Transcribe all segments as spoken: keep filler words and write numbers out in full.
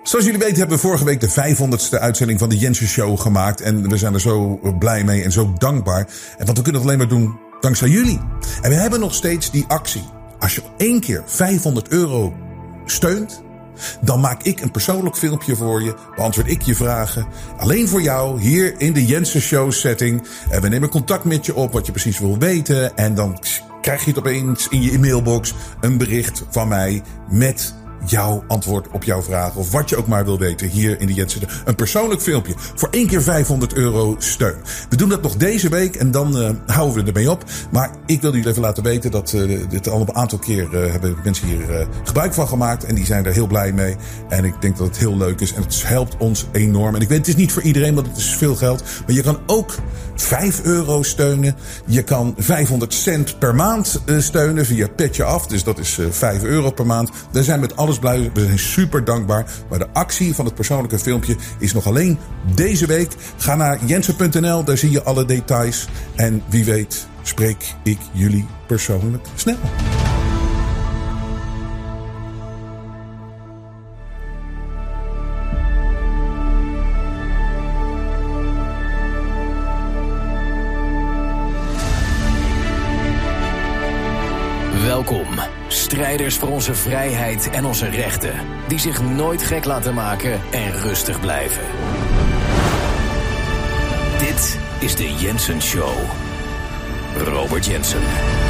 Zoals jullie weten hebben we vorige week de vijfhonderdste uitzending van de Jensen Show gemaakt. En we zijn er zo blij mee en zo dankbaar. En want we kunnen het alleen maar doen dankzij jullie. En we hebben nog steeds die actie. Als je één keer vijfhonderd euro steunt, dan maak ik een persoonlijk filmpje voor je. Beantwoord ik je vragen. Alleen voor jou, hier in de Jensen Show setting. En we nemen contact met je op, wat je precies wil weten. En dan krijg je het opeens in je e-mailbox een bericht van mij met jouw antwoord op jouw vraag. Of wat je ook maar wil weten hier in de Jensen. Een persoonlijk filmpje voor één keer vijfhonderd euro steun. We doen dat nog deze week en dan uh, houden we ermee op. Maar ik wil jullie even laten weten dat uh, dit al een aantal keer uh, hebben mensen hier uh, gebruik van gemaakt. En die zijn er heel blij mee. En ik denk dat het heel leuk is. En het helpt ons enorm. En ik weet, het is niet voor iedereen, want het is veel geld. Maar je kan ook vijf euro steunen. Je kan vijfhonderd cent per maand uh, steunen via Petje Af. Dus dat is uh, vijf euro per maand. Daar zijn we met alles blij. We zijn super dankbaar. Maar de actie van het persoonlijke filmpje is nog alleen deze week. Ga naar jensen punt n l. Daar zie je alle details. En wie weet spreek ik jullie persoonlijk snel. Welkom, strijders voor onze vrijheid en onze rechten, die zich nooit gek laten maken en rustig blijven. Dit is de Jensen Show. Robert Jensen.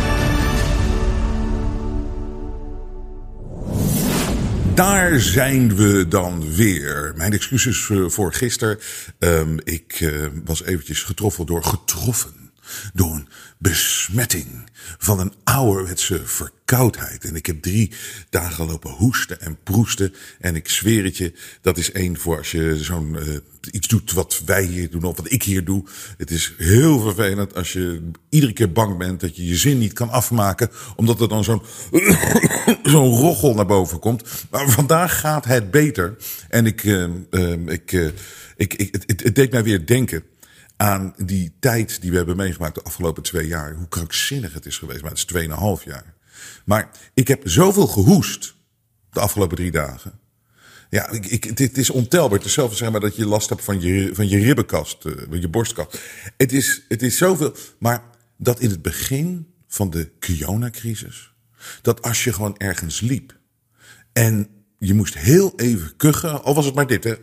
Daar zijn we dan weer. Mijn excuses voor gisteren. Um, ik uh, was eventjes getroffen door getroffen. Door een besmetting van een ouderwetse verkoudheid. En ik heb drie dagen lopen hoesten en proesten. En ik zweer het je, dat is één voor als je zo'n uh, iets doet wat wij hier doen of wat ik hier doe. Het is heel vervelend als je iedere keer bang bent dat je je zin niet kan afmaken. Omdat er dan zo'n, zo'n rochel naar boven komt. Maar vandaag gaat het beter. En ik, uh, uh, ik, uh, ik, ik, het, het deed mij weer denken aan die tijd die we hebben meegemaakt de afgelopen twee jaar. Hoe krankzinnig het is geweest, maar het is tweeënhalf jaar. Maar ik heb zoveel gehoest de afgelopen drie dagen. Ja, ik, ik, dit is ontelbaar. Het is zelfs zeg maar dat je last hebt van je, van je ribbenkast, uh, je borstkast. Het is, het is zoveel. Maar dat in het begin van de coronacrisis, dat als je gewoon ergens liep en je moest heel even kuchen, al was het maar dit, hè.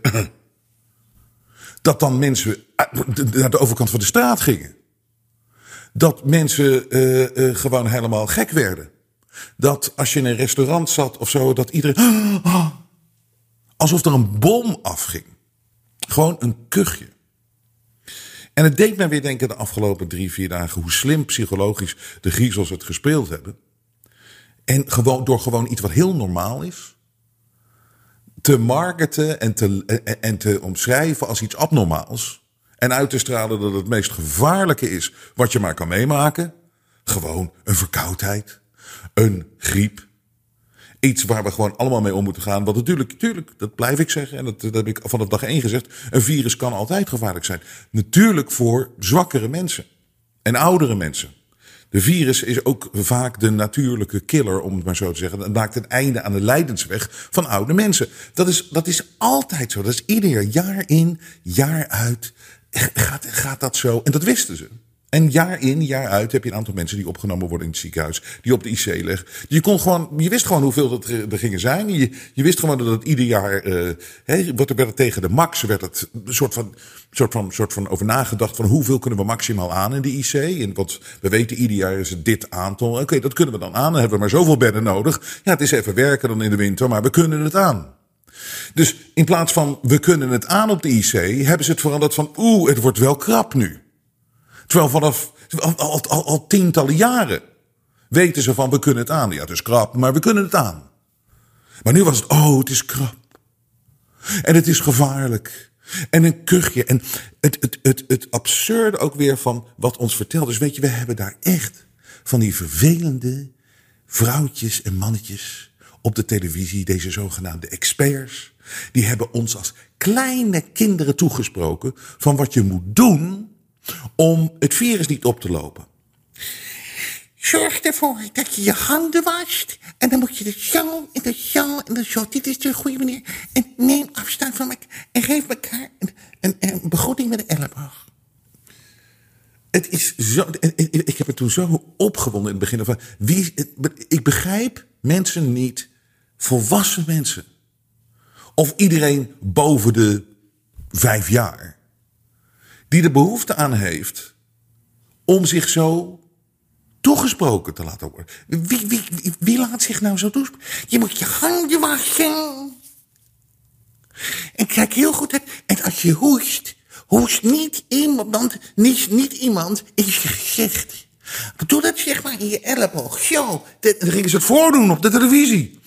Dat dan mensen naar de overkant van de straat gingen. Dat mensen uh, uh, gewoon helemaal gek werden. Dat als je in een restaurant zat of zo, dat iedereen, oh, alsof er een bom afging. Gewoon een kuchje. En het deed mij weer denken de afgelopen drie, vier dagen hoe slim psychologisch de griezels het gespeeld hebben. En gewoon door gewoon iets wat heel normaal is te marketen en te, en, en te omschrijven als iets abnormaals. En uit te stralen dat het meest gevaarlijke is wat je maar kan meemaken. Gewoon een verkoudheid. Een griep. Iets waar we gewoon allemaal mee om moeten gaan. Want natuurlijk, natuurlijk, dat blijf ik zeggen. En dat, dat heb ik vanaf dag één gezegd. Een virus kan altijd gevaarlijk zijn. Natuurlijk voor zwakkere mensen. En oudere mensen. De virus is ook vaak de natuurlijke killer, om het maar zo te zeggen. Dat maakt een einde aan de lijdensweg van oude mensen. Dat is, dat is altijd zo. Dat is ieder jaar, jaar in, jaar uit, gaat, gaat dat zo. En dat wisten ze. En jaar in, jaar uit heb je een aantal mensen die opgenomen worden in het ziekenhuis. Die op de I C liggen. Je, kon gewoon, je wist gewoon hoeveel dat er gingen zijn. Je, je wist gewoon dat het ieder jaar, uh, hey, werd er tegen de max, werd het een soort van, soort van, soort van over nagedacht van hoeveel kunnen we maximaal aan in de I C. En want we weten ieder jaar is het dit aantal. Oké, okay, dat kunnen we dan aan. Dan hebben we maar zoveel bedden nodig. Ja, het is even werken dan in de winter, maar we kunnen het aan. Dus in plaats van we kunnen het aan op de I C, hebben ze het veranderd van oeh, het wordt wel krap nu. Terwijl vanaf al, al, al, al tientallen jaren weten ze van we kunnen het aan. Ja, het is krap, maar we kunnen het aan. Maar nu was het, oh, het is krap. En het is gevaarlijk. En een kuchje. En het, het, het, het absurde ook weer van wat ons vertelt. Dus weet je, we hebben daar echt van die vervelende vrouwtjes en mannetjes op de televisie. Deze zogenaamde experts. Die hebben ons als kleine kinderen toegesproken van wat je moet doen om het virus niet op te lopen. Zorg ervoor dat je je handen wast. En dan moet je er zo en dan zo en dan zo. Dit is de goede manier. En neem afstand van elkaar. En geef elkaar een, een, een begroeting met de elleboog. Het is zo. Ik heb het toen zo opgewonden in het begin. Van, wie, ik begrijp mensen niet, volwassen mensen. Of iedereen boven de vijf jaar. Die er behoefte aan heeft om zich zo toegesproken te laten worden. Wie, wie, wie, wie laat zich nou zo toespreken? Je moet je handen wassen. En kijk heel goed uit. En als je hoest, hoest niet iemand, niet, niet iemand in je gezicht. Doe dat zeg maar in je elleboog. Zo. Dan gingen ze het voordoen op de televisie.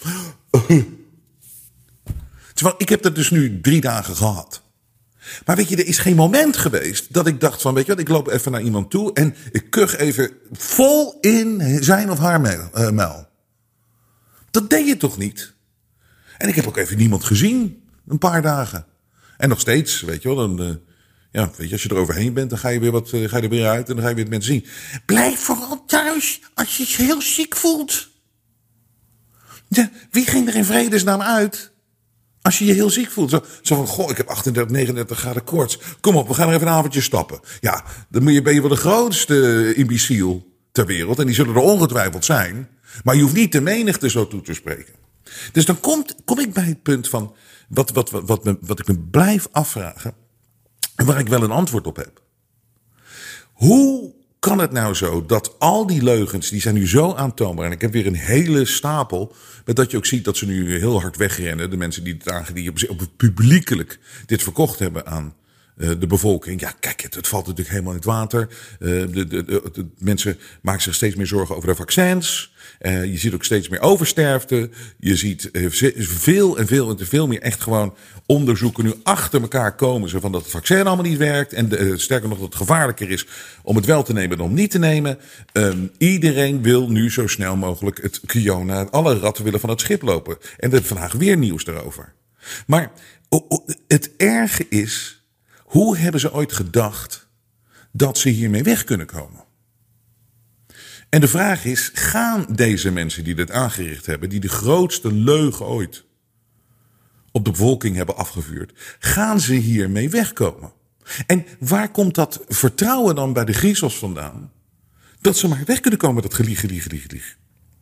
Terwijl, ik heb dat dus nu drie dagen gehad. Maar weet je, er is geen moment geweest dat ik dacht van, weet je wat, ik loop even naar iemand toe en ik kuch even vol in zijn of haar muil. Dat deed je toch niet? En ik heb ook even niemand gezien, een paar dagen. En nog steeds, weet je wel, dan, uh, ja, weet je, als je er overheen bent, dan ga je weer wat, uh, ga je er weer uit en dan ga je weer mensen zien. Blijf vooral thuis als je je heel ziek voelt. Ja, wie ging er in vredesnaam uit? Als je je heel ziek voelt. Zo, zo van, goh, ik heb achtendertig, negenendertig graden koorts. Kom op, we gaan er even een avondje stappen. Ja, dan ben je, ben je wel de grootste imbeciel ter wereld. En die zullen er ongetwijfeld zijn. Maar je hoeft niet de menigte zo toe te spreken. Dus dan komt, kom ik bij het punt van wat, wat, wat, wat, me, wat ik me blijf afvragen. En waar ik wel een antwoord op heb. Hoe kan het nou zo dat al die leugens, die zijn nu zo aantoonbaar. En ik heb weer een hele stapel. Met dat je ook ziet dat ze nu heel hard wegrennen. De mensen die het aange, die op, op het publiekelijk dit verkocht hebben aan uh, de bevolking. Ja, kijk, het, het valt natuurlijk helemaal in het water. Uh, de, de, de, de mensen maken zich steeds meer zorgen over de vaccins. Uh, je ziet ook steeds meer oversterfte. Je ziet uh, veel en veel en te veel meer echt gewoon onderzoeken nu achter elkaar komen. Zo van dat het vaccin allemaal niet werkt. En de, uh, sterker nog dat het gevaarlijker is om het wel te nemen dan om niet te nemen. Um, iedereen wil nu zo snel mogelijk het Kiona. Alle ratten willen van het schip lopen. En er is vandaag weer nieuws daarover. Maar oh, oh, het erge is, hoe hebben ze ooit gedacht dat ze hiermee weg kunnen komen? En de vraag is, gaan deze mensen die dit aangericht hebben, die de grootste leugen ooit op de bevolking hebben afgevuurd, gaan ze hiermee wegkomen? En waar komt dat vertrouwen dan bij de griezels vandaan? Dat ze maar weg kunnen komen met dat gelieg, gelieg, gelieg, gelieg.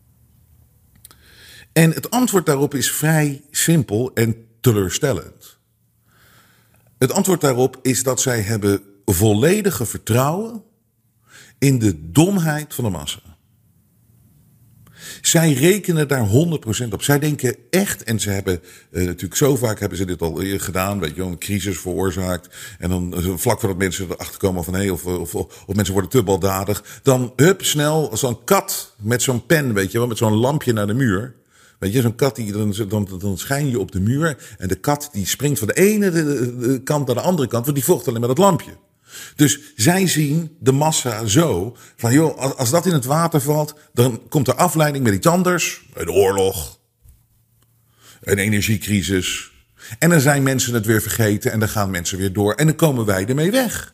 En het antwoord daarop is vrij simpel en teleurstellend. Het antwoord daarop is dat zij hebben volledige vertrouwen in de domheid van de massa. Zij rekenen daar honderd procent op. Zij denken echt, en ze hebben uh, natuurlijk zo vaak hebben ze dit al gedaan, weet je wel, een crisis veroorzaakt. En dan uh, vlak voordat mensen erachter komen van hé, hey, of, of, of, of mensen worden te baldadig. Dan hup, snel, zo'n kat met zo'n pen, weet je wel, met zo'n lampje naar de muur. Weet je, zo'n kat, die, dan, dan, dan schijn je op de muur. En de kat die springt van de ene de, de, de kant naar de andere kant, want die volgt alleen maar dat lampje. Dus zij zien de massa zo van, joh, als dat in het water valt, dan komt er afleiding met iets anders. Een oorlog, een energiecrisis. En dan zijn mensen het weer vergeten en dan gaan mensen weer door. En dan komen wij ermee weg.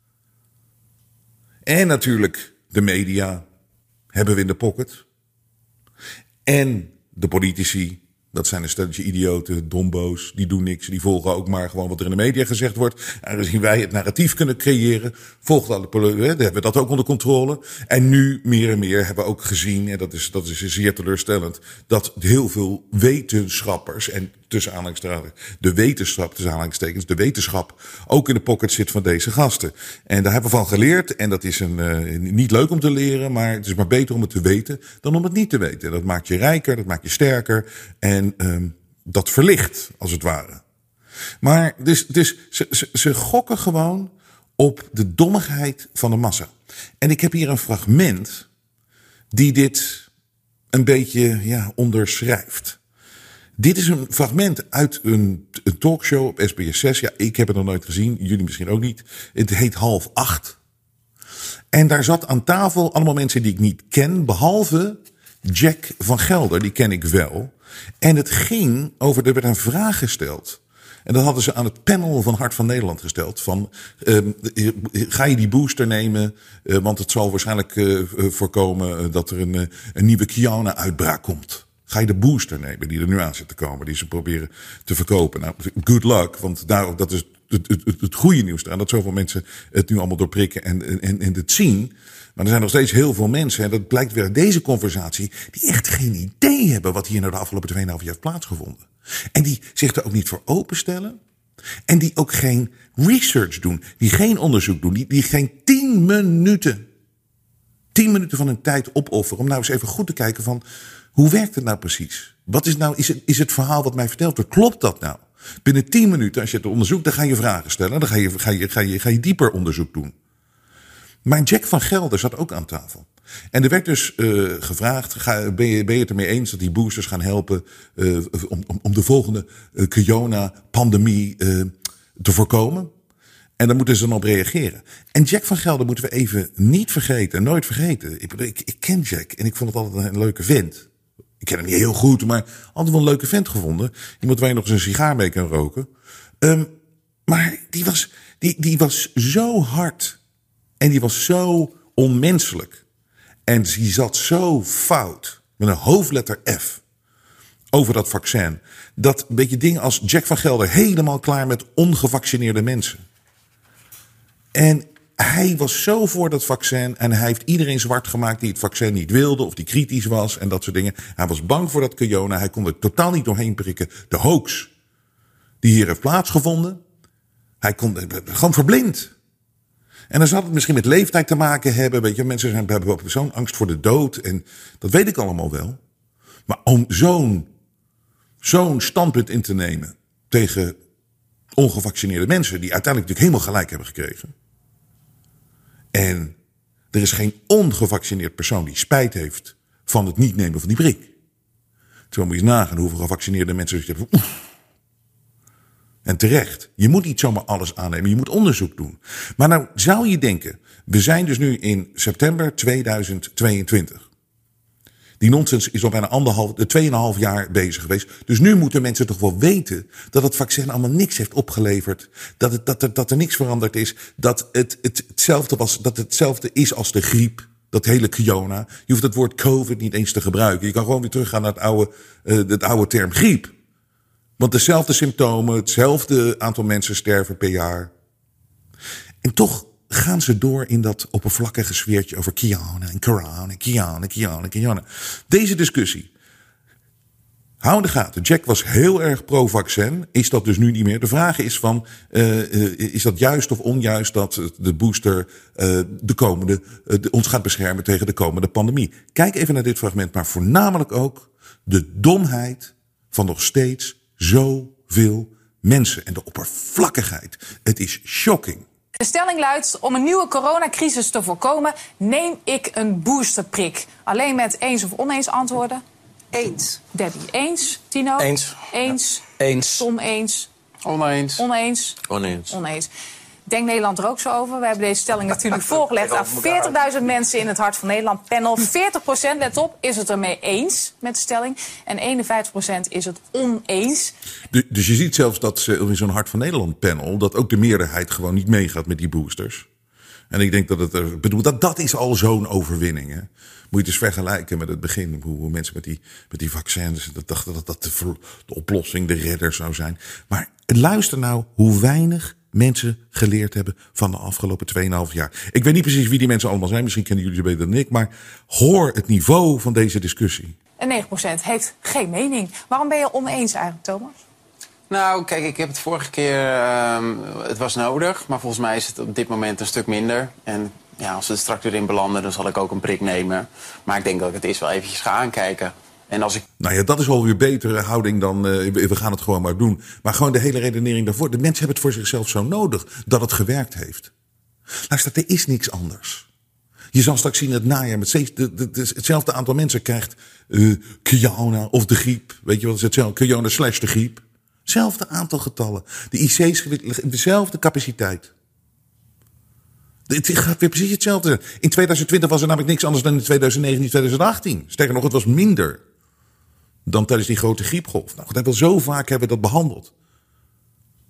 En natuurlijk de media hebben we in de pocket. En de politici. Dat zijn een stelletje idioten, dombo's, die doen niks. Die volgen ook maar gewoon wat er in de media gezegd wordt. En aangezien wij het narratief kunnen creëren, volgt alle, dan hebben we dat ook onder controle. En nu meer en meer hebben we ook gezien, en dat is, dat is zeer teleurstellend, dat heel veel wetenschappers, en tussen aanhalingstekens, de wetenschap, tussen aanhalingstekens, de wetenschap, ook in de pocket zit van deze gasten. En daar hebben we van geleerd. En dat is een, uh, niet leuk om te leren, maar het is maar beter om het te weten dan om het niet te weten. Dat maakt je rijker, dat maakt je sterker. En um, dat verlicht, als het ware. Maar dus, dus ze, ze, ze gokken gewoon op de dommigheid van de massa. En ik heb hier een fragment die dit een beetje ja, onderschrijft. Dit is een fragment uit een, een talkshow op S B S zes. Ja, ik heb het nog nooit gezien, jullie misschien ook niet. Het heet Half Acht. En daar zat aan tafel allemaal mensen die ik niet ken, behalve Jack van Gelder, die ken ik wel. En het ging over, er werd een vraag gesteld En dat hadden ze aan het panel van Hart van Nederland gesteld. Van, uh, ga je die booster nemen? Uh, want het zal waarschijnlijk uh, voorkomen dat er een, een nieuwe Kiona-uitbraak komt. Ga je de booster nemen die er nu aan zit te komen? Die ze proberen te verkopen. Nou, good luck. Want daar, dat is het, het, het, het goede nieuws eraan. Dat zoveel mensen het nu allemaal doorprikken en, en, en het zien. Maar er zijn nog steeds heel veel mensen, en dat blijkt weer uit deze conversatie, die echt geen idee hebben wat hier nou de afgelopen twee en een half jaar heeft plaatsgevonden. En die zich er ook niet voor openstellen. En die ook geen research doen. Die geen onderzoek doen. Die, die geen tien minuten, tien minuten van hun tijd opofferen om nou eens even goed te kijken van, hoe werkt het nou precies? Wat is nou, is het, is het verhaal wat mij verteld wordt, klopt dat nou? Binnen tien minuten, als je het onderzoekt, dan ga je vragen stellen. Dan ga je, ga je, ga je, ga je dieper onderzoek doen. Maar Jack van Gelder zat ook aan tafel. En er werd dus uh, gevraagd, ga, ben, je, ben je het ermee eens dat die boosters gaan helpen uh, om, om, om de volgende uh, corona-pandemie uh, te voorkomen? En daar moeten ze dan op reageren. En Jack van Gelder moeten we even niet vergeten, nooit vergeten. Ik, ik, ik ken Jack en ik vond het altijd een leuke vent. Ik ken hem niet heel goed, maar altijd wel een leuke vent gevonden. Iemand waar je nog eens een sigaar mee kan roken. Um, maar die was, die, die was zo hard. En die was zo onmenselijk. En die zat zo fout. Met een hoofdletter F. Over dat vaccin. Dat een beetje dingen als Jack van Gelder helemaal klaar met ongevaccineerde mensen. En hij was zo voor dat vaccin. En hij heeft iedereen zwart gemaakt die het vaccin niet wilde. Of die kritisch was en dat soort dingen. Hij was bang voor dat corona. Hij kon er totaal niet doorheen prikken. De hoax die hier heeft plaatsgevonden. Hij kon gewoon verblind. En dan zou het misschien met leeftijd te maken hebben. Weet je, mensen zijn, hebben zo'n angst voor de dood. En dat weet ik allemaal wel. Maar om zo'n, zo'n standpunt in te nemen tegen ongevaccineerde mensen, die uiteindelijk natuurlijk helemaal gelijk hebben gekregen. En er is geen ongevaccineerd persoon die spijt heeft van het niet nemen van die prik. Terwijl moet je eens nagaan hoeveel gevaccineerde mensen je hebben. En terecht. Je moet niet zomaar alles aannemen. Je moet onderzoek doen. Maar nou zou je denken, we zijn dus nu in september tweeduizend tweeëntwintig. Die nonsens is al bijna anderhalf, tweeënhalf jaar bezig geweest. Dus nu moeten mensen toch wel weten dat het vaccin allemaal niks heeft opgeleverd. Dat, het, dat, er, dat er niks veranderd is. Dat het, het, hetzelfde was, dat het hetzelfde is als de griep. Dat hele corona. Je hoeft het woord COVID niet eens te gebruiken. Je kan gewoon weer teruggaan naar het oude, uh, het oude term griep. Want dezelfde symptomen, hetzelfde aantal mensen sterven per jaar. En toch gaan ze door in dat oppervlakkige sfeertje over Kiona en corona en Kiona en Kiona en Kiona. Deze discussie. Hou in de gaten. Jack was heel erg pro-vaccin. Is dat dus nu niet meer? De vraag is van, uh, uh, is dat juist of onjuist dat de booster uh, de komende, uh, de, ons gaat beschermen tegen de komende pandemie? Kijk even naar dit fragment, maar voornamelijk ook de domheid van nog steeds zoveel mensen en de oppervlakkigheid. Het is shocking. De stelling luidt, om een nieuwe coronacrisis te voorkomen, neem ik een boosterprik. Alleen met eens of oneens antwoorden. Eens. Debbie, eens. Tino? Eens. Eens. Ja. Eens. Tom, eens. Oneens. Oneens. Oneens. Oneens. Denkt Nederland er ook zo over? We hebben deze stelling natuurlijk voorgelegd aan veertigduizend mensen in het Hart van Nederland panel. veertig procent, let op, is het ermee eens met de stelling. En eenenvijftig procent is het oneens. Dus je ziet zelfs dat ze in zo'n Hart van Nederland panel, dat ook de meerderheid gewoon niet meegaat met die boosters. En ik denk dat het, ik bedoel, dat, dat is al zo'n overwinning. Hè. Moet je het dus vergelijken met het begin, hoe mensen met die, met die vaccins dat dachten dat dat de, de oplossing, de redder zou zijn. Maar luister nou hoe weinig mensen geleerd hebben van de afgelopen tweeënhalf jaar. Ik weet niet precies wie die mensen allemaal zijn. Misschien kennen jullie ze beter dan ik. Maar hoor het niveau van deze discussie. En negen procent heeft geen mening. Waarom ben je oneens eigenlijk, Thomas? Nou, kijk, ik heb het vorige keer, uh, het was nodig. Maar volgens mij is het op dit moment een stuk minder. En ja, als we er straks erin belanden, dan zal ik ook een prik nemen. Maar ik denk dat ik het eerst wel eventjes ga aankijken. En als ik... Nou ja, dat is alweer betere houding dan uh, we gaan het gewoon maar doen. Maar gewoon de hele redenering daarvoor. De mensen hebben het voor zichzelf zo nodig dat het gewerkt heeft. Luister, er is niks anders. Je zal straks zien het najaar met steeds de, de, de, hetzelfde aantal mensen krijgt uh, corona of de griep. Weet je wat is hetzelfde? Corona slash de griep. Hetzelfde aantal getallen. De I C's dezelfde capaciteit. Het gaat weer precies hetzelfde zijn. In tweeduizend twintig was er namelijk niks anders dan in tweeduizend negentien, tweeduizend achttien. Sterker nog, het was minder dan tijdens die grote griepgolf. Nou, dat hebben we zo vaak hebben we dat behandeld.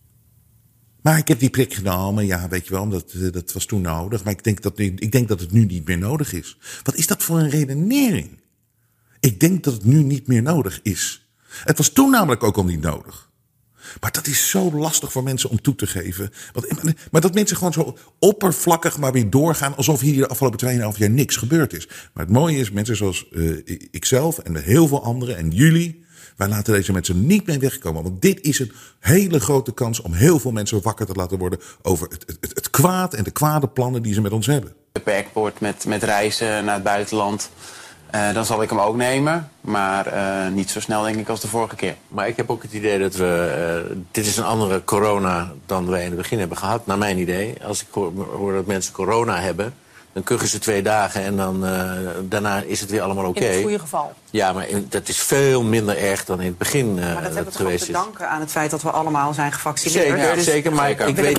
Maar ik heb die prik genomen, ja, weet je wel, dat, dat was toen nodig. Maar ik denk, dat, ik denk dat het nu niet meer nodig is. Wat is dat voor een redenering? Ik denk dat het nu niet meer nodig is. Het was toen namelijk ook al niet nodig. Maar dat is zo lastig voor mensen om toe te geven. Maar dat mensen gewoon zo oppervlakkig maar weer doorgaan alsof hier de afgelopen tweeënhalf jaar niks gebeurd is. Maar het mooie is, mensen zoals uh, ikzelf en heel veel anderen en jullie, wij laten deze mensen niet mee wegkomen. Want dit is een hele grote kans om heel veel mensen wakker te laten worden over het, het, het kwaad en de kwade plannen die ze met ons hebben. Beperkt wordt met, met reizen naar het buitenland. Uh, dan zal ik hem ook nemen, maar uh, niet zo snel denk ik als de vorige keer. Maar ik heb ook het idee dat we... Uh, dit is een andere corona dan wij in het begin hebben gehad, naar mijn idee. Als ik hoor, hoor dat mensen corona hebben, dan kuchen ze twee dagen en dan, uh, daarna is het weer allemaal oké. In het goede geval. Ja, maar in, dat is veel minder erg dan in het begin uh, Maar dat hebben we geweest toch ook te danken aan het feit dat we allemaal zijn gevaccineerd. Zeker, ja, dus zeker, maar zeker. ik weet...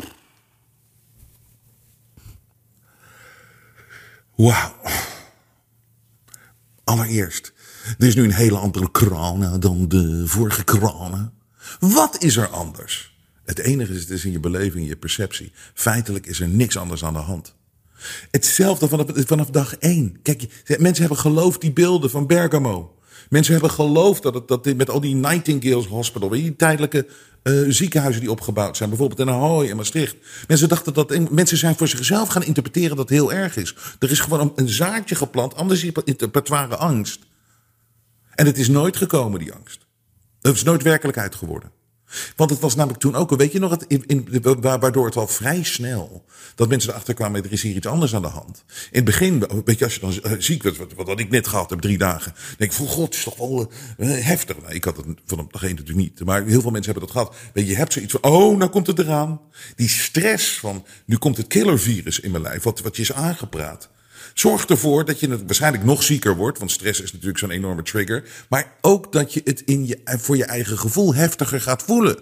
Wauw. Allereerst, er is nu een hele andere corona dan de vorige corona. Wat is er anders? Het enige is, het is in je beleving, je perceptie. Feitelijk is er niks anders aan de hand. Hetzelfde vanaf, vanaf dag één. Kijk, mensen hebben geloofd die beelden van Bergamo. Mensen hebben geloofd dat, het, dat dit, met al die Nightingales Hospital, die tijdelijke uh, ziekenhuizen die opgebouwd zijn, bijvoorbeeld in Ahoy en Maastricht. Mensen dachten dat, mensen zijn voor zichzelf gaan interpreteren dat het heel erg is. Er is gewoon een, een zaadje geplant, anders interpretoire angst. En het is nooit gekomen, die angst. Het is nooit werkelijkheid geworden. Want het was namelijk toen ook, weet je nog, het, in, in, waardoor het al vrij snel, dat mensen erachter kwamen, er is hier iets anders aan de hand. In het begin, weet je, als je dan uh, ziek werd, wat, wat ik net gehad heb, drie dagen, denk ik van, god, het is toch wel uh, heftig. Nou, ik had het van dag één natuurlijk niet, maar heel veel mensen hebben dat gehad. Weet je, je hebt zoiets van, oh, nou komt het eraan. Die stress van, nu komt het killervirus in mijn lijf, wat, wat je is aangepraat. Zorg ervoor dat je het waarschijnlijk nog zieker wordt, want stress is natuurlijk zo'n enorme trigger. Maar ook dat je het in je, voor je eigen gevoel heftiger gaat voelen.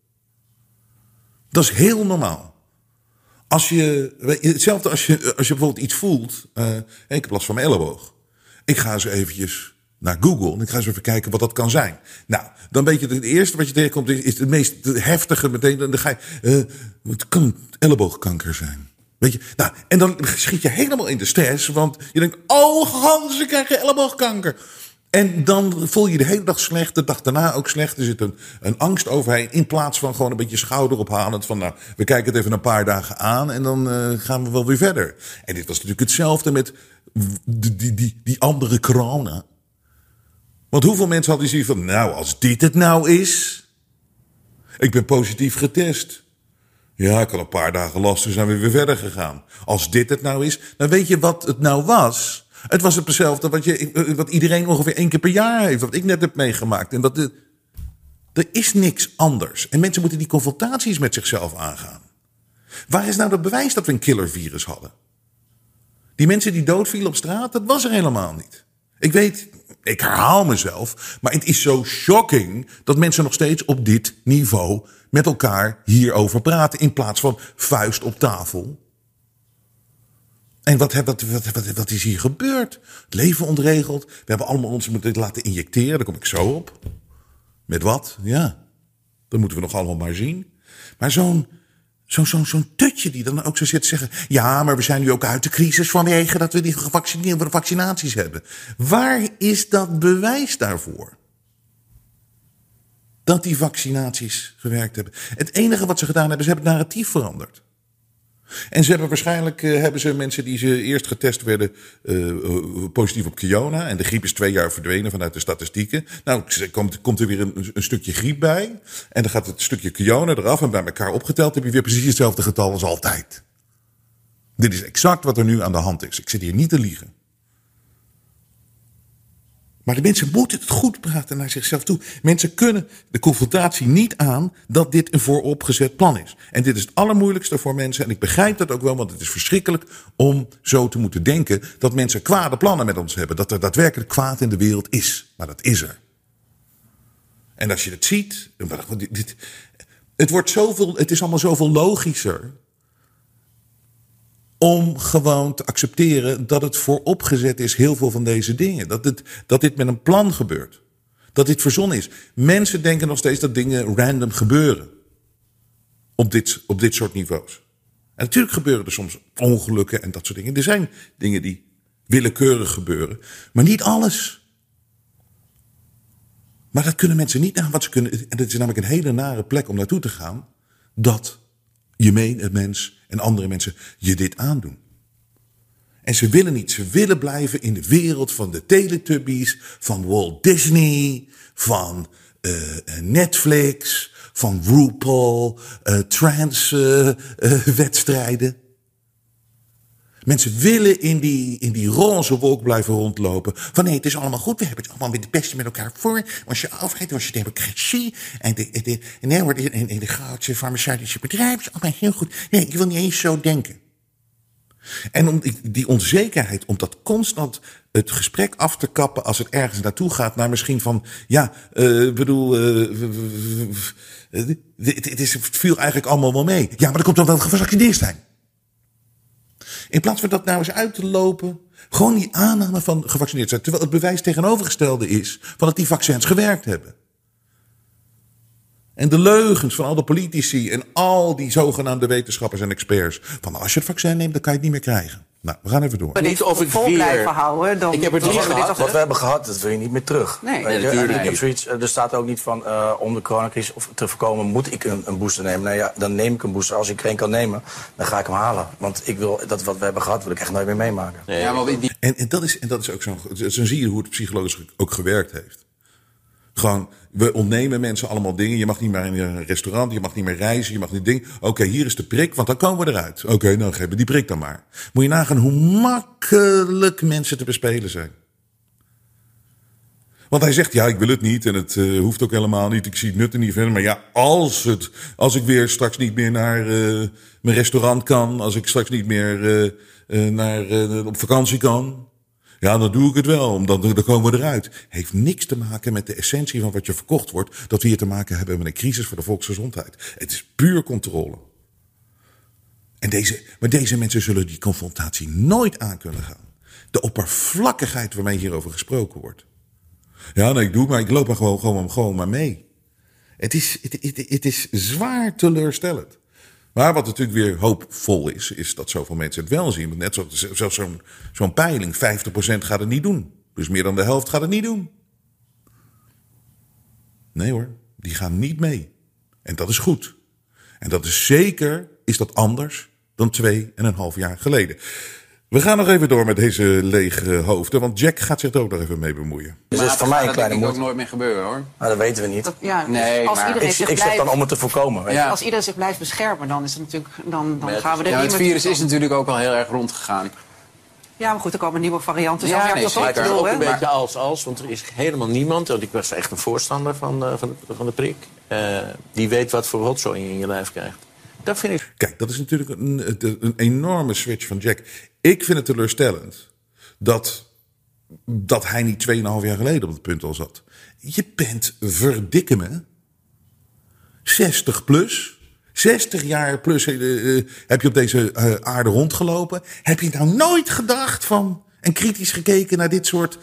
Dat is heel normaal. Als je, hetzelfde als je, als je bijvoorbeeld iets voelt. Uh, ik heb last van mijn elleboog. Ik ga eens eventjes naar Google en ik ga eens even kijken wat dat kan zijn. Nou, dan weet je, het eerste wat je tegenkomt is, is het meest heftige meteen. Dan ga je, uh, het kan elleboogkanker zijn. Weet je, nou, en dan schiet je helemaal in de stress, want je denkt, oh Hans, ik krijg elleboogkanker. En dan voel je de hele dag slecht, de dag daarna ook slecht. Er zit een, een angst overheen, in plaats van gewoon een beetje schouderophalend van, nou, we kijken het even een paar dagen aan en dan uh, gaan we wel weer verder. En dit was natuurlijk hetzelfde met die, die, die, die andere corona. Want hoeveel mensen hadden zoiets van, nou, als dit het nou is, ik ben positief getest. Ja, ik had een paar dagen last, dus zijn we weer verder gegaan. Als dit het nou is, dan weet je wat het nou was. Het was hetzelfde wat, je, wat iedereen ongeveer één keer per jaar heeft. Wat ik net heb meegemaakt. En wat de, er is niks anders. En mensen moeten die confrontaties met zichzelf aangaan. Waar is nou het bewijs dat we een killervirus hadden? Die mensen die doodvielen op straat, dat was er helemaal niet. Ik weet, ik herhaal mezelf, maar het is zo shocking dat mensen nog steeds op dit niveau met elkaar hierover praten in plaats van vuist op tafel. En wat, wat, wat, wat, wat is hier gebeurd? Het leven ontregeld. We hebben allemaal ons moeten laten injecteren. Daar kom ik zo op. Met wat? Ja, dat moeten we nog allemaal maar zien. Maar zo'n zo'n zo'n zo'n tutje die dan ook zo zit te zeggen, ja, maar we zijn nu ook uit de crisis vanwege dat we die gevaccineerde vaccinaties hebben. Waar is dat bewijs daarvoor? Dat die vaccinaties gewerkt hebben. Het enige wat ze gedaan hebben, ze hebben het narratief veranderd. En ze hebben waarschijnlijk uh, hebben ze mensen die ze eerst getest werden uh, uh, positief op corona. En de griep is twee jaar verdwenen vanuit de statistieken. Nou, komt, komt er weer een, een stukje griep bij. En dan gaat het stukje corona eraf. En bij elkaar opgeteld heb je weer precies hetzelfde getal als altijd. Dit is exact wat er nu aan de hand is. Ik zit hier niet te liegen. Maar de mensen moeten het goed praten naar zichzelf toe. Mensen kunnen de confrontatie niet aan dat dit een vooropgezet plan is. En dit is het allermoeilijkste voor mensen. En ik begrijp dat ook wel, want het is verschrikkelijk om zo te moeten denken dat mensen kwade plannen met ons hebben. Dat er daadwerkelijk kwaad in de wereld is. Maar dat is er. En als je het ziet, dit, het, wordt zoveel, het is allemaal zoveel logischer om gewoon te accepteren dat het vooropgezet is, heel veel van deze dingen. Dat, het, dat dit met een plan gebeurt. Dat dit verzonnen is. Mensen denken nog steeds dat dingen random gebeuren. op dit, op dit soort niveaus. En natuurlijk gebeuren er soms ongelukken en dat soort dingen. Er zijn dingen die willekeurig gebeuren, maar niet alles. Maar dat kunnen mensen niet na, want ze kunnen, en het is namelijk een hele nare plek om naartoe te gaan, dat je medemens en andere mensen je dit aandoen. En ze willen niet, ze willen blijven in de wereld van de Teletubbies, van Walt Disney, van uh, Netflix, van RuPaul, uh, trans-wedstrijden. Uh, uh, Mensen willen in die, in die roze wolk blijven rondlopen. Van nee, het is allemaal goed. We hebben het allemaal met de beste met elkaar voor. Als je overheid, als je democratie. En de, de, de, en, en de grootste farmaceutische bedrijven. is allemaal heel goed. Nee, ik wil niet eens zo denken. En om die, die onzekerheid, om dat constant het gesprek af te kappen als het ergens naartoe gaat, naar misschien van, ja, uh, bedoel, uh, het, het, is, het viel eigenlijk allemaal wel mee. Ja, maar dan komt dan wel gevaccineerd zijn. In plaats van dat nou eens uit te lopen, gewoon die aanname van gevaccineerd zijn, terwijl het bewijs tegenovergestelde is van dat die vaccins gewerkt hebben. En de leugens van al de politici en al die zogenaamde wetenschappers en experts. Van als je het vaccin neemt, dan kan je het niet meer krijgen. Nou, we gaan even door. Maar niet of ik vol blijven houden. Dan ik heb het niet gehad. Wat we hebben gehad, dat wil je niet meer terug. Nee, nee natuurlijk ik heb zoiets, er staat ook niet van uh, om de coronacrisis of te voorkomen moet ik een, een booster nemen. Nee, ja, dan neem ik een booster. Als ik er een kan nemen, dan ga ik hem halen. Want ik wil dat wat we hebben gehad, wil ik echt nooit meer meemaken. Nee, ja, maar die... en, en, dat is, en dat is ook zo'n. Zo zie je hoe het psychologisch ook gewerkt heeft. Gewoon, we ontnemen mensen allemaal dingen. Je mag niet meer in een restaurant, je mag niet meer reizen, je mag niet dingen. Oké, okay, hier is de prik, want dan komen we eruit. Oké, okay, nou geven we die prik dan maar. Moet je nagaan hoe makkelijk mensen te bespelen zijn. Want hij zegt, ja, ik wil het niet en het uh, hoeft ook helemaal niet. Ik zie het nut er niet van. Maar ja, als, het, als ik weer straks niet meer naar uh, mijn restaurant kan, als ik straks niet meer uh, uh, naar, uh, op vakantie kan, ja, dan doe ik het wel, omdat dan komen we eruit. Heeft niks te maken met de essentie van wat je verkocht wordt, dat we hier te maken hebben met een crisis voor de volksgezondheid. Het is puur controle. En deze, maar deze mensen zullen die confrontatie nooit aan kunnen gaan. De oppervlakkigheid waarmee hierover gesproken wordt. Ja, nee, ik doe het, maar ik loop maar gewoon, gewoon, gewoon maar mee. Het is, het, het, het is zwaar teleurstellend. Maar wat natuurlijk weer hoopvol is, is dat zoveel mensen het wel zien. Want net zoals zo, zo'n, zo'n peiling, vijftig procent gaat het niet doen. Dus meer dan de helft gaat het niet doen. Nee hoor, die gaan niet mee. En dat is goed. En dat is zeker, is dat anders dan twee en een half jaar geleden. We gaan nog even door met deze lege hoofden, want Jack gaat zich er ook nog even mee bemoeien. Dus dat is voor mij een kleine moed. Dat gaat ook nooit meer gebeuren, hoor. Nou, dat weten we niet. Dat, ja, Nee, als maar- iedereen Ik, zich ik zeg blijft, dan om het te voorkomen. Weet je. Ja. als iedereen zich blijft beschermen, dan, is het natuurlijk, dan, dan Maar gaan we er Ja, niet het meer virus toe. is natuurlijk ook al heel erg rondgegaan. Ja, maar goed, er komen nieuwe varianten. Ja, Zo, ja, nee, dat zeker. ook Maar het is bedoel, ook een hè? beetje als-als, want er is helemaal niemand, want ik was echt een voorstander van, uh, van, de, van de prik, uh, die weet wat voor rotzooi je in je lijf krijgt. Dat vind ik... Kijk, dat is natuurlijk een, een enorme switch van Jack. Ik vind het teleurstellend dat, dat hij niet tweeënhalf jaar geleden op het punt al zat. Je bent, verdikke me, zestig plus... zestig jaar plus uh, uh, heb je op deze uh, aarde rondgelopen. Heb je nou nooit gedacht van en kritisch gekeken naar dit soort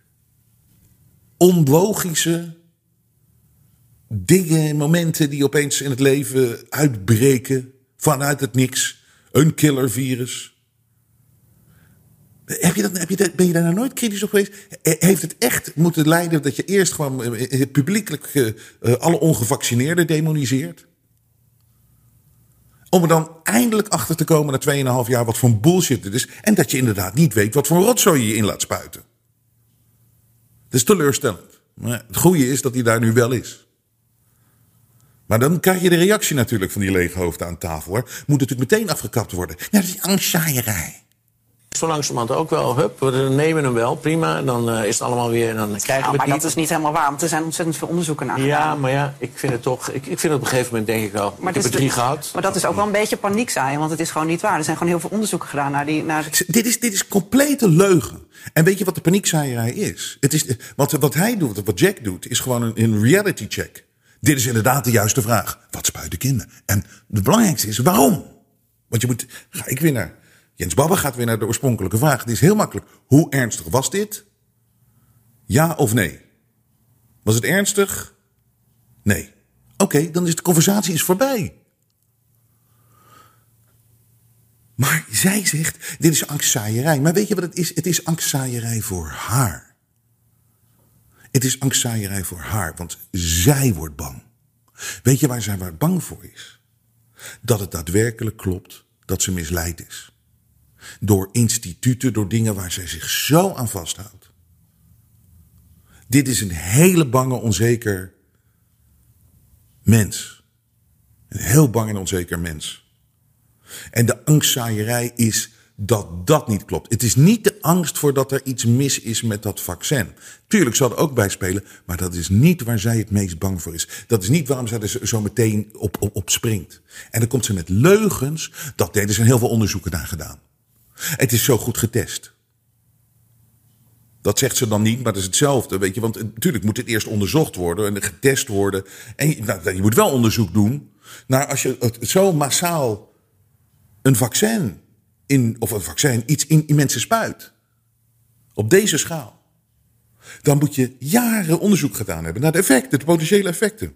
onlogische dingen, momenten die opeens in het leven uitbreken vanuit het niks? Een killervirus. Heb je dat, heb je dat, ben je daar nou nooit kritisch op geweest? Heeft het echt moeten leiden dat je eerst gewoon uh, publiekelijk uh, uh, alle ongevaccineerden demoniseert? Om er dan eindelijk achter te komen na tweeënhalf jaar wat voor bullshit het is. En dat je inderdaad niet weet wat voor rotzooi je je in laat spuiten. Dat is teleurstellend. Maar het goede is dat hij daar nu wel is. Maar dan krijg je de reactie natuurlijk van die lege hoofden aan tafel. Hoor. Moet natuurlijk meteen afgekapt worden. Ja, dat is angstzaaierij. Zo langzamerhand ook wel, hup, we nemen hem wel, prima. En dan uh, is het allemaal weer, en dan krijgen Ja, we het maar niet. dat is niet helemaal waar, want er zijn ontzettend veel onderzoeken naar gedaan. Ja, maar ja, ik vind het toch, ik, ik vind het op een gegeven moment denk ik wel, Maar ik heb het er is drie de- gehad. Maar dat is ook wel een beetje paniek zaaien, want het is gewoon niet waar. Er zijn gewoon heel veel onderzoeken gedaan naar die... Naar... Dit is, dit is complete leugen. En weet je wat de paniekzaaierij is? Het is wat, wat hij doet, wat Jack doet, is gewoon een, een reality check. Dit is inderdaad de juiste vraag. Wat spuit ik in me? En het belangrijkste is, waarom? Want je moet, ga ik weer naar... Jens Babbe gaat weer naar de oorspronkelijke vraag. Die is heel makkelijk. Hoe ernstig was dit? Ja of nee? Was het ernstig? Nee. Oké, okay, dan is de conversatie is voorbij. Maar zij zegt, dit is angstzaaierij. Maar weet je wat het is? Het is angstzaaierij voor haar. Het is angstzaaierij voor haar, want zij wordt bang. Weet je waar zij waar bang voor is? Dat het daadwerkelijk klopt dat ze misleid is. Door instituten, door dingen waar zij zich zo aan vasthoudt. Dit is een hele bange, onzeker mens. Een heel bang en onzeker mens. En de angstzaaierij is dat dat niet klopt. Het is niet de angst voor dat er iets mis is met dat vaccin. Tuurlijk zal er ook bij spelen, maar dat is niet waar zij het meest bang voor is. Dat is niet waarom zij er zo meteen op, op, op springt. En dan komt ze met leugens. Dat deden ze heel veel onderzoeken naar gedaan. Het is zo goed getest. Dat zegt ze dan niet, maar dat is hetzelfde. Weet je, want natuurlijk moet het eerst onderzocht worden en getest worden. En je, nou, je moet wel onderzoek doen naar als je het zo massaal een vaccin in, of een vaccin iets in, in mensen spuit. Op deze schaal. Dan moet je jaren onderzoek gedaan hebben naar de effecten, de potentiële effecten.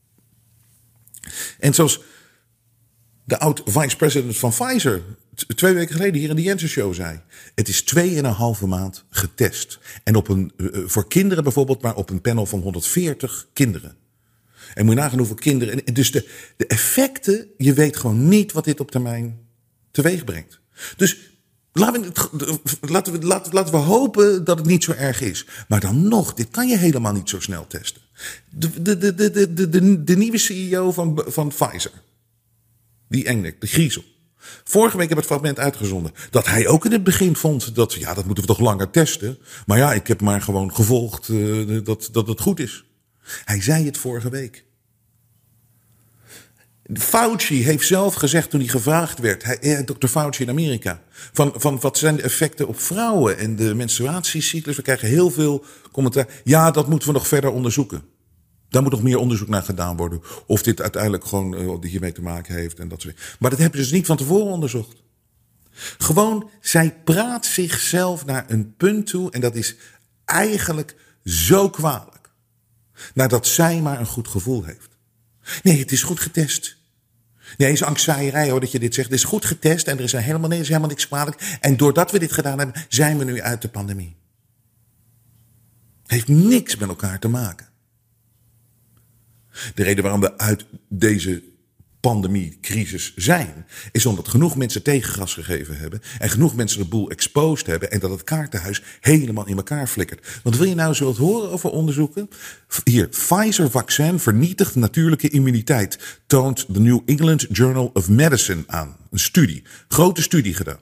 En zoals de oud-vice-president van Pfizer twee weken geleden hier in de Jensen Show zei. Het is twee en een halve maand getest. En op een, voor kinderen bijvoorbeeld, maar op een panel van honderdveertig kinderen. En moet je nagaan hoeveel kinderen. En dus de, de effecten, je weet gewoon niet wat dit op termijn teweeg brengt. Dus laten we, laten, we, laten, laten we hopen dat het niet zo erg is. Maar dan nog, dit kan je helemaal niet zo snel testen. De, de, de, de, de, de, de nieuwe C E O van, van Pfizer. Die Engnek, de griezel. Vorige week heb ik het fragment uitgezonden. Dat hij ook in het begin vond dat, ja, dat moeten we toch langer testen. Maar ja, ik heb maar gewoon gevolgd uh, dat, dat het goed is. Hij zei het vorige week. Fauci heeft zelf gezegd toen hij gevraagd werd, hij, eh, dokter Fauci in Amerika, van, van wat zijn de effecten op vrouwen en de menstruatiecyclus. We krijgen heel veel commentaar. Ja, dat moeten we nog verder onderzoeken. Daar moet nog meer onderzoek naar gedaan worden. Of dit uiteindelijk gewoon uh, hiermee te maken heeft. En dat soort dingen. Maar dat hebben ze dus niet van tevoren onderzocht. Gewoon, zij praat zichzelf naar een punt toe. En dat is eigenlijk zo kwalijk. Nadat zij maar een goed gevoel heeft. Nee, het is goed getest. Nee, het is angstzaaierij hoor dat je dit zegt. Het is goed getest en er is helemaal, nee, er is helemaal niks kwalijk. En doordat we dit gedaan hebben, zijn we nu uit de pandemie. Het heeft niks met elkaar te maken. De reden waarom we uit deze pandemiecrisis zijn, is omdat genoeg mensen tegengas gegeven hebben en genoeg mensen de boel exposed hebben en dat het kaartenhuis helemaal in elkaar flikkert. Want wil je nou zo wat horen over onderzoeken? Hier, Pfizer-vaccin vernietigt natuurlijke immuniteit, toont de New England Journal of Medicine aan. Een studie, grote studie gedaan.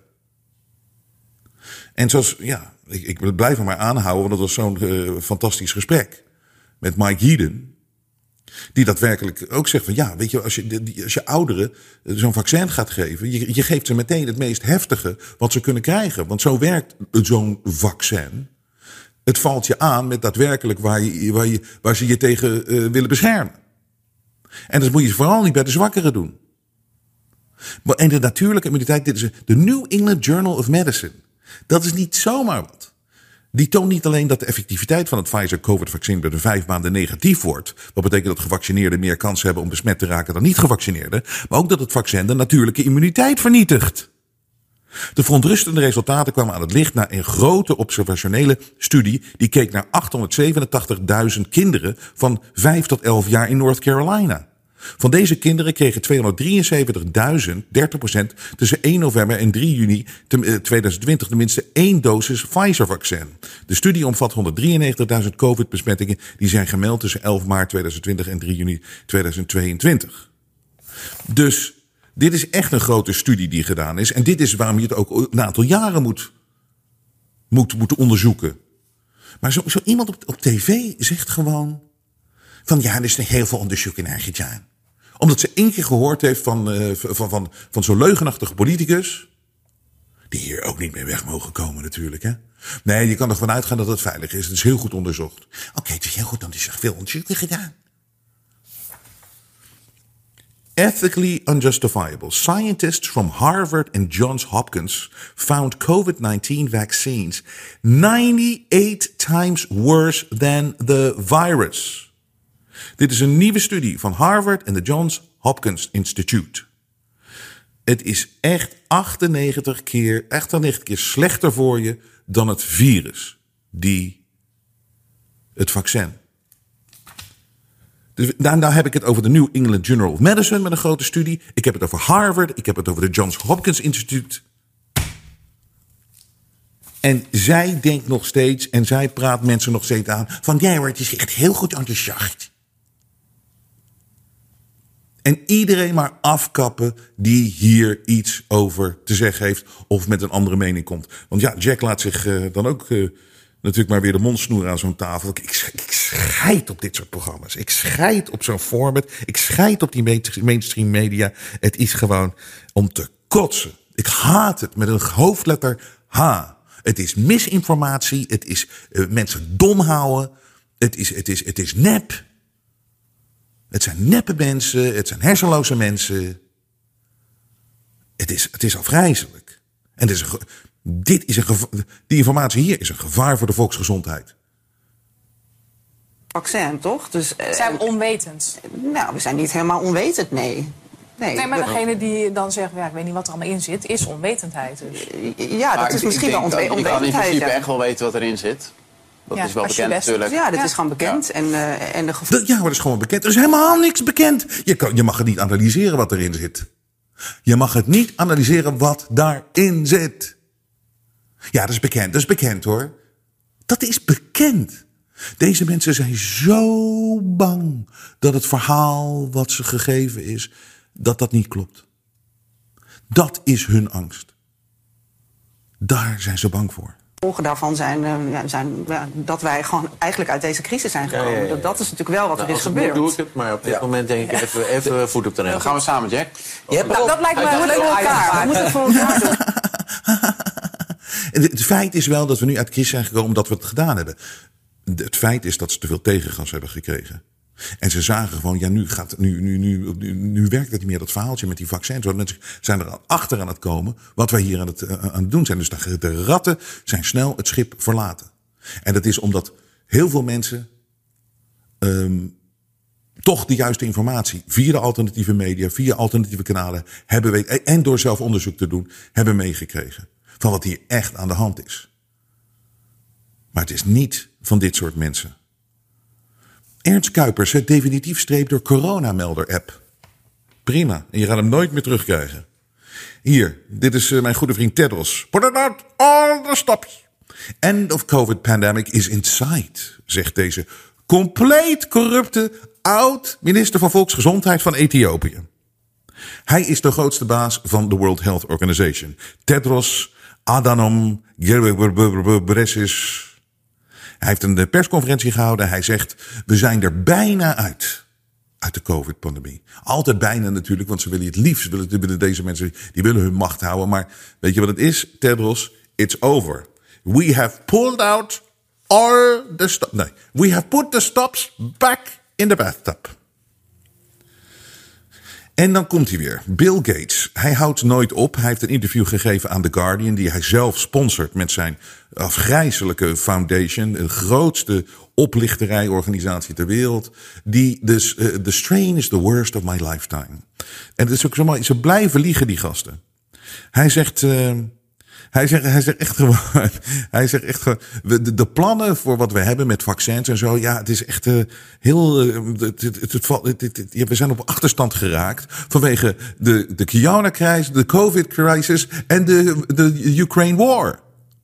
En zoals, ja, ik, ik blijf er maar aanhouden, want dat was zo'n uh, fantastisch gesprek met Mike Yeadon. Die daadwerkelijk ook zegt van ja, weet je, als je, als je ouderen zo'n vaccin gaat geven, je, je geeft ze meteen het meest heftige wat ze kunnen krijgen. Want zo werkt zo'n vaccin. Het valt je aan met daadwerkelijk waar, je, waar, je, waar ze je tegen uh, willen beschermen. En dat moet je vooral niet bij de zwakkeren doen. En de natuurlijke immuniteit, dit is de New England Journal of Medicine. Dat is niet zomaar wat. Die toont niet alleen dat de effectiviteit van het Pfizer-COVID-vaccin binnen vijf maanden negatief wordt. Wat betekent dat gevaccineerden meer kans hebben om besmet te raken dan niet-gevaccineerden. Maar ook dat het vaccin de natuurlijke immuniteit vernietigt. De verontrustende resultaten kwamen aan het licht na een grote observationele studie. Die keek naar achthonderdzevenentachtigduizend kinderen van vijf tot elf jaar in North Carolina. Van deze kinderen kregen tweehonderddrieënzeventigduizend, dertig procent, tussen één november en drie juni tweeduizend twintig tenminste één dosis Pfizer-vaccin. De studie omvat honderddrieënnegentigduizend COVID-besmettingen die zijn gemeld tussen elf maart tweeduizend twintig en drie juni tweeduizend tweeëntwintig. Dus dit is echt een grote studie die gedaan is. En dit is waarom je het ook een aantal jaren moet, moet, moet onderzoeken. Maar zo, zo iemand op, op tv zegt gewoon van ja, er is nog heel veel onderzoek naar gedaan. Omdat ze één keer gehoord heeft van, uh, van, van, van zo'n leugenachtige politicus. Die hier ook niet mee weg mogen komen natuurlijk. Hè? Nee, je kan ervan uitgaan dat het veilig is. Het is heel goed onderzocht. Oké, okay, het is heel goed, dan is er veel onderzoek gedaan. Ethically unjustifiable. Scientists from Harvard and Johns Hopkins found COVID nineteen vaccines ninety-eight times worse than the virus. Dit is een nieuwe studie van Harvard en de Johns Hopkins Institute. Het is echt achtennegentig keer, achtennegentig keer slechter voor je dan het virus. Die, het vaccin. Dus nou, nou heb ik het over de New England Journal of Medicine met een grote studie. Ik heb het over Harvard. Ik heb het over de Johns Hopkins Instituut. En zij denkt nog steeds, en zij praat mensen nog steeds aan, van ja hoor, het is echt heel goed enthousiast. En iedereen maar afkappen die hier iets over te zeggen heeft of met een andere mening komt. Want ja, Jack laat zich uh, dan ook uh, natuurlijk maar weer de mond snoeren aan zo'n tafel. Ik, ik, ik scheid op dit soort programma's. Ik scheid op zo'n format. Ik scheid op die mainstream media. Het is gewoon om te kotsen. Ik haat het met een hoofdletter H. Het is misinformatie. Het is uh, mensen dom houden. Het is, het is, het is nep. Het zijn neppe mensen. Het zijn hersenloze mensen. Het is, het is afgrijzelijk. En het is een, dit is een geva- die informatie hier is een gevaar voor de volksgezondheid. Vaccin, toch? Dus, uh, Zijn we onwetend? Nou, we zijn niet helemaal onwetend, nee. Nee, Nee, maar we- degene die dan zegt, ja, ik weet niet wat er allemaal in zit, is onwetendheid. Dus. Ja, dat Maar is ik- misschien ik wel denk dat- ontwe- Je kan in onwetendheid. principe Ja. echt wel weten wat erin zit. Dat Ja, is wel als je bekend best- natuurlijk. Ja, dat Ja. is gewoon bekend. En, uh, en de gevo- Dat- Ja, maar dat is gewoon bekend. Er is helemaal niks bekend. Je, kan, je mag het niet analyseren wat erin zit. Je mag het niet analyseren wat daarin zit. Ja, dat is bekend. Dat is bekend hoor. Dat is bekend. Deze mensen zijn zo bang dat het verhaal wat ze gegeven is, dat dat niet klopt. Dat is hun angst. Daar zijn ze bang voor. gevolgen daarvan zijn, uh, ja, zijn ja, dat wij gewoon eigenlijk uit deze crisis zijn gekomen. Ja, ja, ja. Dat, dat is natuurlijk wel wat Nou, er als is het moet, gebeurd. doe ik het, maar op dit Ja. moment denk ik even, even voet op de Dan rem. gaan we samen, Jack. Je hebt Nou, ook- dat lijkt me We een moeten leuk voor elkaar. We uitdaging. moeten het voor elkaar doen. Het feit is wel dat we nu uit de crisis zijn gekomen omdat we het gedaan hebben. Het feit is dat ze te veel tegengas hebben gekregen. En ze zagen gewoon, ja, nu, gaat, nu, nu, nu, nu, nu werkt het niet meer, dat verhaaltje met die vaccins. Want mensen zijn er achter aan het komen wat wij hier aan het, aan het doen zijn. Dus de, de ratten zijn snel het schip verlaten. En dat is omdat heel veel mensen um, toch de juiste informatie via de alternatieve media, via alternatieve kanalen hebben weten, en door zelf onderzoek te doen, hebben meegekregen van wat hier echt aan de hand is. Maar het is niet van dit soort mensen. Ernst Kuipers zet definitief streep door coronamelder-app. Prima. En je gaat hem nooit meer terugkrijgen. Hier, dit is uh, mijn goede vriend Tedros. Put it out all the stops. End of COVID pandemic is in sight, zegt deze compleet corrupte oud-minister van Volksgezondheid van Ethiopië. Hij is de grootste baas van de World Health Organization. Tedros Adhanom Ghebreyesus. Hij heeft een persconferentie gehouden. Hij zegt, we zijn er bijna uit. Uit de COVID-pandemie. Altijd bijna natuurlijk, want ze willen het liefst. Willen, willen deze mensen, die willen hun macht houden. Maar weet je wat het is, Tedros? It's over. We have pulled out all the stops. Nee, we have put the stops back in the bathtub. En dan komt hij weer. Bill Gates. Hij houdt nooit op. Hij heeft een interview gegeven aan The Guardian, die hij zelf sponsort met zijn afgrijzelijke foundation. De grootste oplichterijorganisatie ter wereld. Die dus, uh, the strain is the worst of my lifetime. En het is ook zo mooi. Ze blijven liegen, die gasten. Hij zegt, uh, hij zegt, hij zegt echt gewoon, hij zegt echt gewoon, de, de plannen voor wat we hebben met vaccins en zo, ja, het is echt uh, heel, uh, het, het, het, het, het, het, we zijn op achterstand geraakt vanwege de, de corona-crisis, de COVID-crisis en de, de Ukraine war.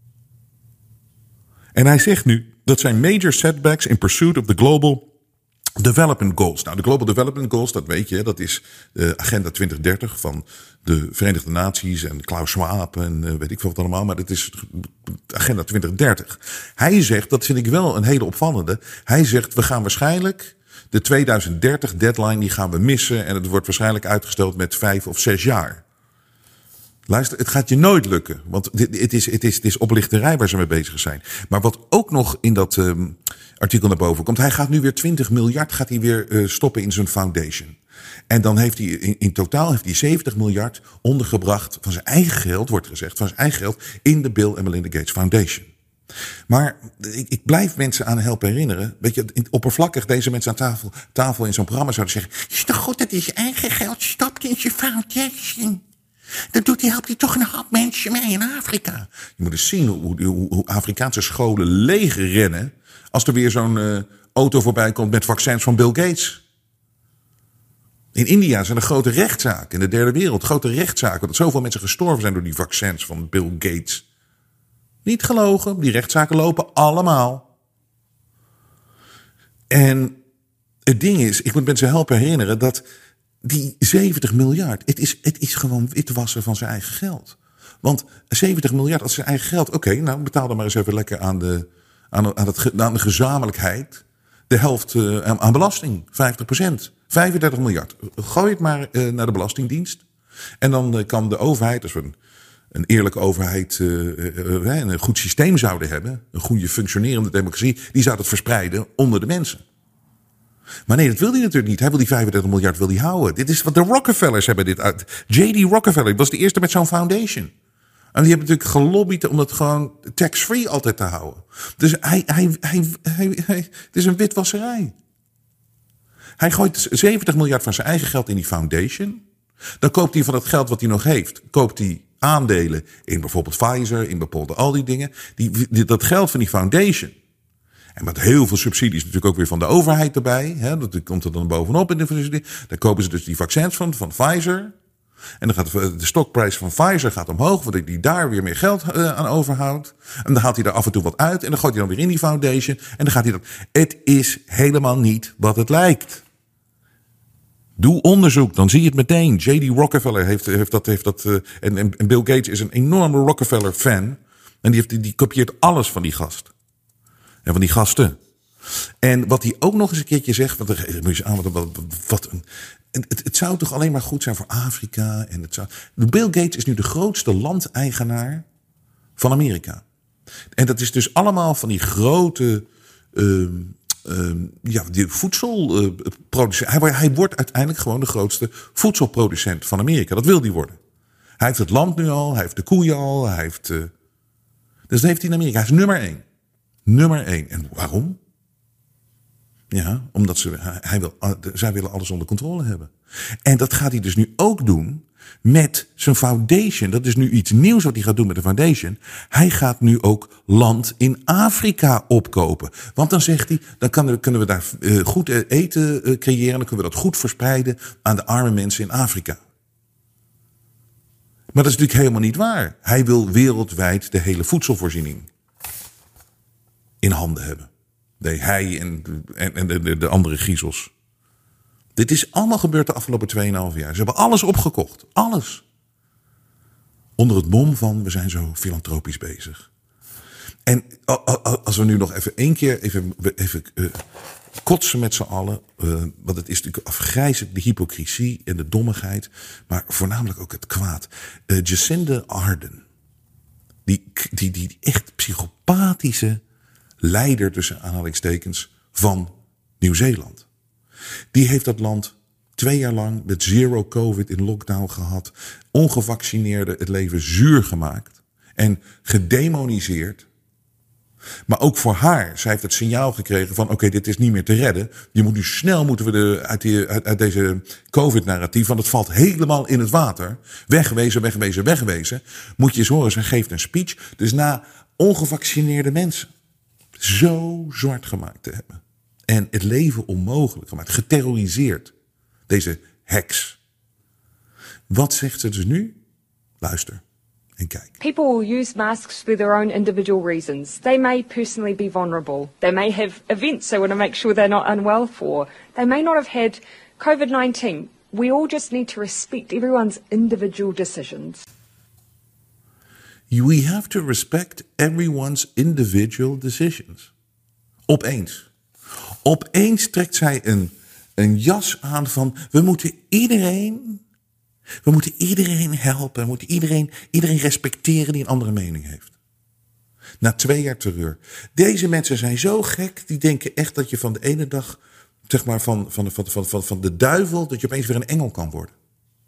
En hij zegt nu, dat zijn major setbacks in pursuit of the global development goals. Nou, de Global Development Goals, dat weet je, dat is de Agenda twintig dertig van de Verenigde Naties en Klaus Schwab en uh, weet ik veel wat allemaal, maar dat is Agenda twintig dertig. Hij zegt, dat vind ik wel een hele opvallende, hij zegt, we gaan waarschijnlijk de tweeduizend dertig deadline, die gaan we missen en het wordt waarschijnlijk uitgesteld met vijf of zes jaar. Luister, het gaat je nooit lukken. Want het is, het is, het is oplichterij waar ze mee bezig zijn. Maar wat ook nog in dat um, artikel naar boven komt. Hij gaat nu weer twintig miljard gaat hij weer uh, stoppen in zijn foundation. En dan heeft hij in, in totaal heeft hij zeventig miljard ondergebracht van zijn eigen geld, wordt gezegd, van zijn eigen geld in de Bill en Melinda Gates Foundation. Maar ik, ik blijf mensen aan helpen herinneren. Weet je, oppervlakkig deze mensen aan tafel, tafel in zo'n programma zouden zeggen, is toch goed dat hij zijn eigen geld stopt in zijn foundation? Dan doet hij, helpt hij toch een hoop mensen mee in Afrika. Je moet eens zien hoe, hoe, hoe Afrikaanse scholen leeg rennen als er weer zo'n uh, auto voorbij komt met vaccins van Bill Gates. In India zijn er grote rechtszaken, in de derde wereld, grote rechtszaken, dat zoveel mensen gestorven zijn door die vaccins van Bill Gates. Niet gelogen, die rechtszaken lopen allemaal. En het ding is, ik moet mensen helpen herinneren dat die zeventig miljard, het is, het is gewoon witwassen van zijn eigen geld. Want zeventig miljard als zijn eigen geld, oké, okay, nou betaal dan maar eens even lekker aan de, aan, aan, het, aan de gezamenlijkheid de helft uh, aan belasting, vijftig procent. vijfendertig miljard. Gooi het maar uh, naar de Belastingdienst. En dan uh, kan de overheid, als we een, een eerlijke overheid, uh, uh, uh, een goed systeem zouden hebben, een goede functionerende democratie, die zou het verspreiden onder de mensen. Maar nee, dat wil hij natuurlijk niet. Hij wil die vijfendertig miljard wil hij houden. Dit is wat de Rockefellers hebben dit uit. J D Rockefeller was de eerste met zo'n foundation. En die hebben natuurlijk gelobbyd om dat gewoon tax-free altijd te houden. Dus hij, hij, hij, hij, hij, het is een witwasserij. Hij gooit zeventig miljard van zijn eigen geld in die foundation. Dan koopt hij van het geld wat hij nog heeft, koopt hij aandelen in bijvoorbeeld Pfizer, in bijvoorbeeld al die dingen. Die, die, dat geld van die foundation. En met heel veel subsidies natuurlijk ook weer van de overheid erbij. Hè, dat komt er dan bovenop in de subsidie. Dan kopen ze dus die vaccins van, van Pfizer. En dan gaat de, de stokprijs van Pfizer gaat omhoog, want die daar weer meer geld uh, aan overhoudt. En dan haalt hij daar af en toe wat uit. En dan gooit hij dan weer in die foundation. En dan gaat hij dat. Het is helemaal niet wat het lijkt. Doe onderzoek, dan zie je het meteen. J D Rockefeller heeft, heeft dat. Heeft dat uh, en, en Bill Gates is een enorme Rockefeller-fan. En die, heeft, die, die kopieert alles van die gast. En van die gasten. En wat hij ook nog eens een keertje zegt. Want er, moet je aan, wat, wat, wat een, het, het zou toch alleen maar goed zijn voor Afrika. En het zou, Bill Gates is nu de grootste landeigenaar van Amerika. En dat is dus allemaal van die grote Uh, Uh, ja, die voedselproducent. Uh, hij, hij wordt uiteindelijk gewoon de grootste voedselproducent van Amerika. Dat wil hij worden. Hij heeft het land nu al, hij heeft de koeien al, hij heeft. Uh, dus dat heeft hij in Amerika. Hij is nummer één. Nummer één. En waarom? Ja, omdat ze, hij, hij wil, uh, zij willen alles onder controle hebben. En dat gaat hij dus nu ook doen met zijn foundation. Dat is nu iets nieuws wat hij gaat doen met de foundation. Hij gaat nu ook land in Afrika opkopen. Want dan zegt hij, dan kan, kunnen we daar uh, goed eten uh, creëren. Dan kunnen we dat goed verspreiden aan de arme mensen in Afrika. Maar dat is natuurlijk helemaal niet waar. Hij wil wereldwijd de hele voedselvoorziening in handen hebben. Nee, hij en, en, en de, de andere griezels. Dit is allemaal gebeurd de afgelopen tweeënhalf jaar. Ze hebben alles opgekocht. Alles. Onder het mom van, we zijn zo filantropisch bezig. En als we nu nog even één keer even, even uh, kotsen met z'n allen. Uh, want het is natuurlijk afgrijzelijk de hypocrisie en de dommigheid. Maar voornamelijk ook het kwaad. Uh, Jacinda Ardern. Die, die, die echt psychopathische leider tussen aanhalingstekens van Nieuw-Zeeland. Die heeft dat land twee jaar lang met zero covid in lockdown gehad. Ongevaccineerden het leven zuur gemaakt. En gedemoniseerd. Maar ook voor haar. Zij heeft het signaal gekregen van oké, okay, dit is niet meer te redden. Je moet nu snel moeten we de, uit, die, uit, uit deze covid-narratief. Want het valt helemaal in het water. Wegwezen, wegwezen, wegwezen. Moet je eens horen, zij geeft een speech. Dus na ongevaccineerde mensen zo zwart gemaakt te hebben. En het leven onmogelijk gemaakt. Geterroriseerd. Deze heks. Wat zegt ze dus nu? Luister en kijk. People will use masks for their own individual reasons. They may personally be vulnerable. They may have events they want to make sure they're not unwell for. They may not have had covid nineteen. We all just need to respect everyone's individual decisions. We have to respect everyone's individual decisions. Opeens. Opeens trekt zij een, een jas aan van we moeten iedereen, we moeten iedereen helpen. We moeten iedereen, iedereen respecteren die een andere mening heeft. Na twee jaar terreur. Deze mensen zijn zo gek, die denken echt dat je van de ene dag, zeg maar van, van, van, van, van, van de duivel, dat je opeens weer een engel kan worden.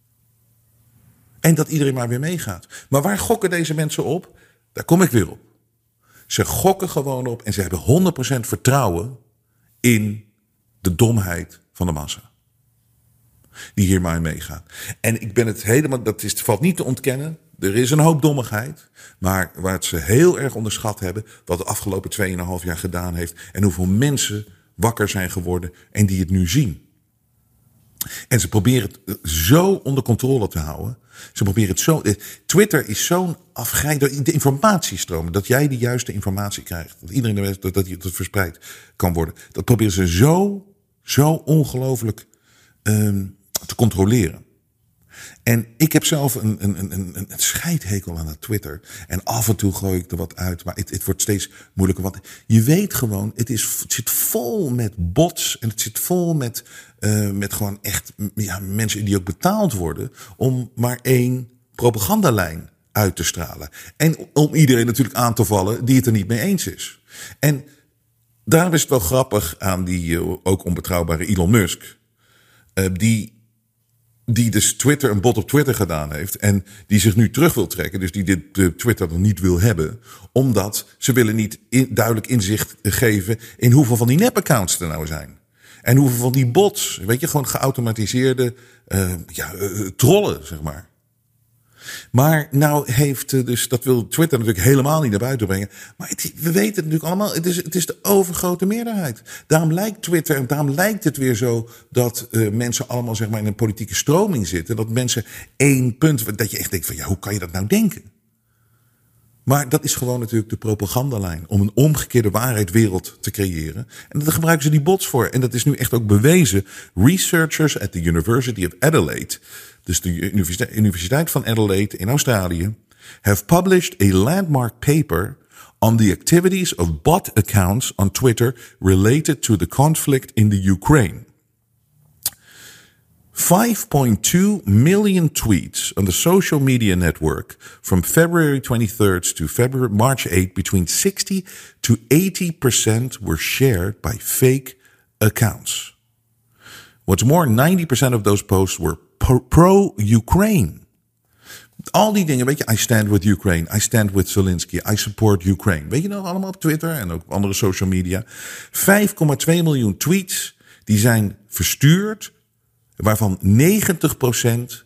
En dat iedereen maar weer meegaat. Maar waar gokken deze mensen op? Daar kom ik weer op. Ze gokken gewoon op en ze hebben honderd procent vertrouwen in de domheid van de massa. die hier maar meegaan. En ik ben het helemaal, dat is, valt niet te ontkennen. Er is een hoop dommigheid. Maar waar het ze heel erg onderschat hebben, wat de afgelopen tweeënhalf jaar gedaan heeft. En hoeveel mensen wakker zijn geworden en die het nu zien. En ze proberen het zo onder controle te houden. Ze proberen het zo. Twitter is zo'n afgrijp. De informatiestromen, dat jij de juiste informatie krijgt. Dat iedereen weet dat, dat het verspreid kan worden. Dat proberen ze zo, zo ongelooflijk um, te controleren. En ik heb zelf een, een, een, een, een scheidhekel aan dat Twitter. En af en toe gooi ik er wat uit. Maar het, het wordt steeds moeilijker. Want je weet gewoon, het, is, het zit vol met bots. En het zit vol met, uh, met gewoon echt ja, mensen die ook betaald worden. Om maar één propagandalijn uit te stralen. En om iedereen natuurlijk aan te vallen die het er niet mee eens is. En daarom is het wel grappig aan die uh, ook onbetrouwbare Elon Musk. Uh, die... Die dus Twitter een bot op Twitter gedaan heeft. En die zich nu terug wil trekken. Dus die dit uh, Twitter dan niet wil hebben. Omdat ze willen niet in, duidelijk inzicht geven in hoeveel van die nep-accounts er nou zijn. En hoeveel van die bots. Weet je, gewoon geautomatiseerde uh, ja, uh, trollen, zeg maar. Maar nou heeft dus, dat wil Twitter natuurlijk helemaal niet naar buiten brengen. Maar het, we weten het natuurlijk allemaal, het is, het is de overgrote meerderheid. Daarom lijkt Twitter, en daarom lijkt het weer zo dat uh, mensen allemaal zeg maar in een politieke stroming zitten. Dat mensen één punt, dat je echt denkt van ja, hoe kan je dat nou denken? Maar dat is gewoon natuurlijk de propagandalijn. Om een omgekeerde waarheidwereld te creëren. En daar gebruiken ze die bots voor. En dat is nu echt ook bewezen. Researchers at the University of Adelaide, dus de Universiteit van Adelaide in Australië, have published a landmark paper on the activities of bot accounts on Twitter related to the conflict in the Ukraine. five point two million tweets on the social media network from February twenty-third to February, March eighth, between sixty to eighty percent were shared by fake accounts. What's more, ninety percent of those posts were pro-Ukraine. Al die dingen, weet je, I stand with Ukraine, I stand with Zelensky, I support Ukraine. Weet je nou allemaal op Twitter en ook op andere social media. vijf komma twee miljoen tweets, die zijn verstuurd, waarvan negentig procent,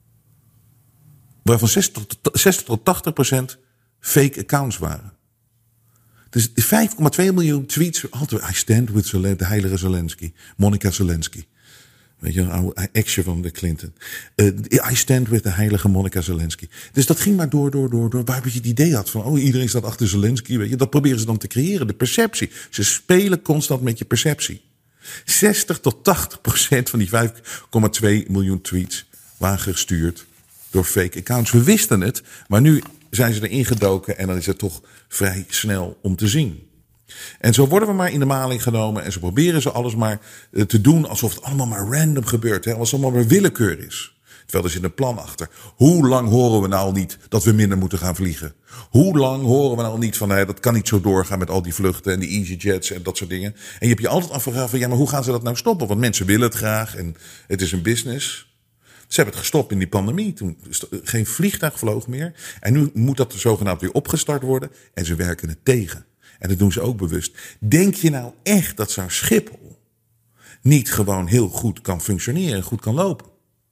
waarvan zestig tot tachtig procent fake accounts waren. Dus vijf komma twee miljoen tweets, altijd, I stand with Zelensky, de heilige Zelensky, Monica Zelensky. Weet je, een oude exje van de Clinton. Uh, I stand with de heilige Monica Zelensky. Dus dat ging maar door, door, door, door. Waar je het idee had van, oh, iedereen staat achter Zelensky. Weet je, dat proberen ze dan te creëren. De perceptie. Ze spelen constant met je perceptie. zestig tot tachtig procent van die vijf komma twee miljoen tweets waren gestuurd door fake accounts. We wisten het, maar nu zijn ze erin gedoken en dan is het toch vrij snel om te zien. En zo worden we maar in de maling genomen en zo proberen ze alles maar te doen alsof het allemaal maar random gebeurt. Hè? Alsof het allemaal maar willekeur is. Terwijl er zit een plan achter. Hoe lang horen we nou al niet dat we minder moeten gaan vliegen? Hoe lang horen we nou al niet van, nee, dat kan niet zo doorgaan met al die vluchten en die EasyJets en dat soort dingen. En je hebt je altijd afgevraagd van, ja, maar hoe gaan ze dat nou stoppen? Want mensen willen het graag en het is een business. Ze hebben het gestopt in die pandemie. Toen geen vliegtuig vloog meer. En nu moet dat zogenaamd weer opgestart worden. En ze werken het tegen. En dat doen ze ook bewust. Denk je nou echt dat zo'n Schiphol niet gewoon heel goed kan functioneren en goed kan lopen?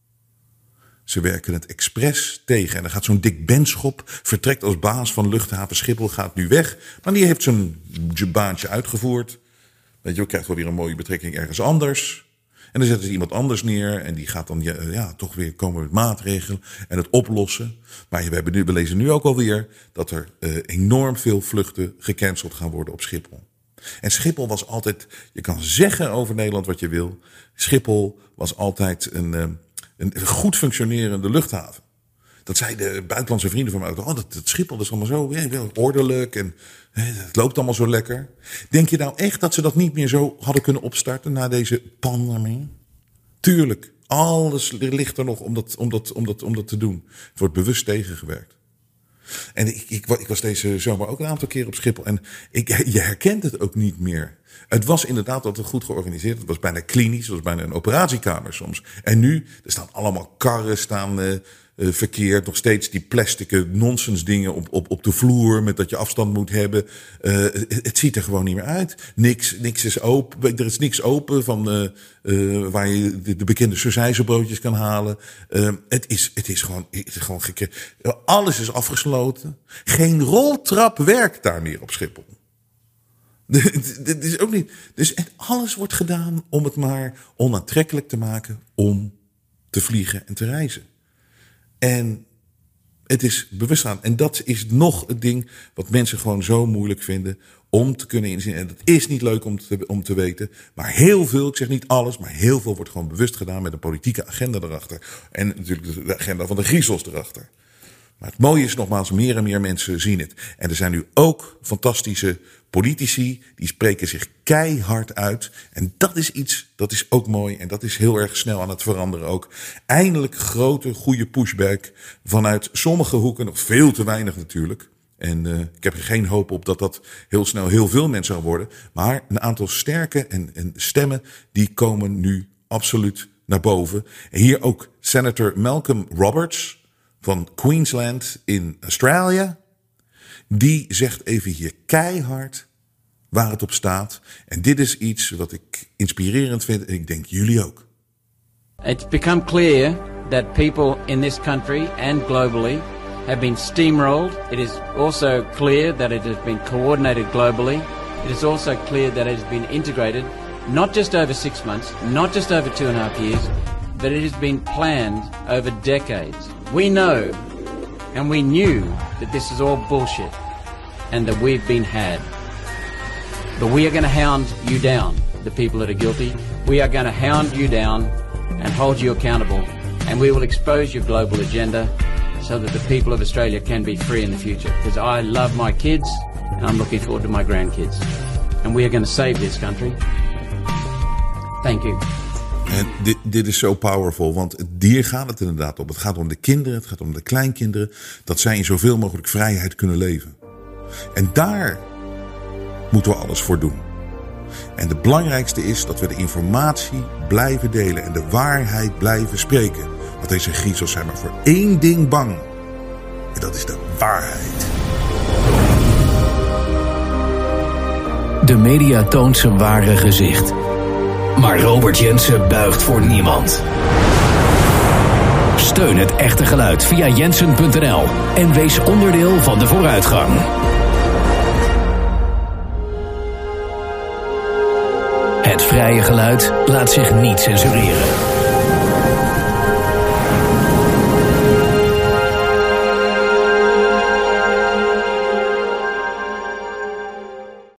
Ze werken het expres tegen. En dan gaat zo'n Dick Benschop, vertrekt als baas van luchthaven Schiphol, gaat nu weg. Maar die heeft zijn baantje uitgevoerd. Weet je, krijgt wel weer een mooie betrekking ergens anders. En dan zetten ze iemand anders neer en die gaat dan ja, ja, toch weer komen met maatregelen en het oplossen. Maar we, hebben nu, we lezen nu ook alweer dat er uh, enorm veel vluchten gecanceld gaan worden op Schiphol. En Schiphol was altijd, je kan zeggen over Nederland wat je wil. Schiphol was altijd een, een, een goed functionerende luchthaven. Dat zeiden buitenlandse vrienden van mij ook. Oh, dat, dat Schiphol is allemaal zo ja, ordelijk en het loopt allemaal zo lekker. Denk je nou echt dat ze dat niet meer zo hadden kunnen opstarten na deze pandemie? Tuurlijk, alles ligt er nog om dat, om dat, om dat, om dat te doen. Het wordt bewust tegengewerkt. En ik, ik, ik was deze zomer ook een aantal keer op Schiphol. En ik, je herkent het ook niet meer. Het was inderdaad altijd goed georganiseerd. Het was bijna klinisch. Het was bijna een operatiekamer soms. En nu, er staan allemaal karren staan... Uh, uh, verkeert. Nog steeds die plastic nonsens dingen op, op, op de vloer met dat je afstand moet hebben. Uh, het, het ziet er gewoon niet meer uit. Niks, niks is open. Er is niks open van uh, uh, waar je de, de bekende sausijzenbroodjes kan halen. Uh, het, is, het is gewoon, het is gewoon gekke. Alles is afgesloten. Geen roltrap werkt daar meer op Schiphol. Dit is ook niet. Dus alles wordt gedaan om het maar onaantrekkelijk te maken om te vliegen en te reizen. En het is bewust aan. En dat is nog het ding wat mensen gewoon zo moeilijk vinden om te kunnen inzien. En dat is niet leuk om te, om te weten. Maar heel veel, ik zeg niet alles, maar heel veel wordt gewoon bewust gedaan met een politieke agenda erachter. En natuurlijk de agenda van de griezels erachter. Maar het mooie is nogmaals, meer en meer mensen zien het. En er zijn nu ook fantastische politici, die spreken zich keihard uit. En dat is iets, dat is ook mooi en dat is heel erg snel aan het veranderen ook. Eindelijk grote, goede pushback vanuit sommige hoeken, nog veel te weinig natuurlijk. En uh, ik heb er geen hoop op dat dat heel snel heel veel mensen zal worden. Maar een aantal sterke en, en stemmen, die komen nu absoluut naar boven. En hier ook senator Malcolm Roberts van Queensland in Australië. Die zegt even hier keihard waar het op staat. En dit is iets wat ik inspirerend vind en ik denk jullie ook. It's become clear that people in this country and globally have been steamrolled. It is also clear that it has been coordinated globally. It is also clear that it has been integrated, not just over six months, not just over two and a half years, but it has been planned over decades. We know and we knew that this is all bullshit and that we've been had. But we are going to hound you down, the people that are guilty. We are going to hound you down and hold you accountable. And we will expose your global agenda so that the people of Australia can be free in the future. Because I love my kids and I'm looking forward to my grandkids. And we are going to save this country. Thank you. En dit, dit is zo powerful, want hier gaat het inderdaad om. Het gaat om de kinderen, het gaat om de kleinkinderen. Dat zij in zoveel mogelijk vrijheid kunnen leven. En daar moeten we alles voor doen. En het belangrijkste is dat we de informatie blijven delen en de waarheid blijven spreken. Want deze griezels zijn maar voor één ding bang. En dat is de waarheid. De media toont zijn ware gezicht. Maar Robert Jensen buigt voor niemand. Steun het echte geluid via jensen punt n l en wees onderdeel van de vooruitgang. Het vrije geluid laat zich niet censureren.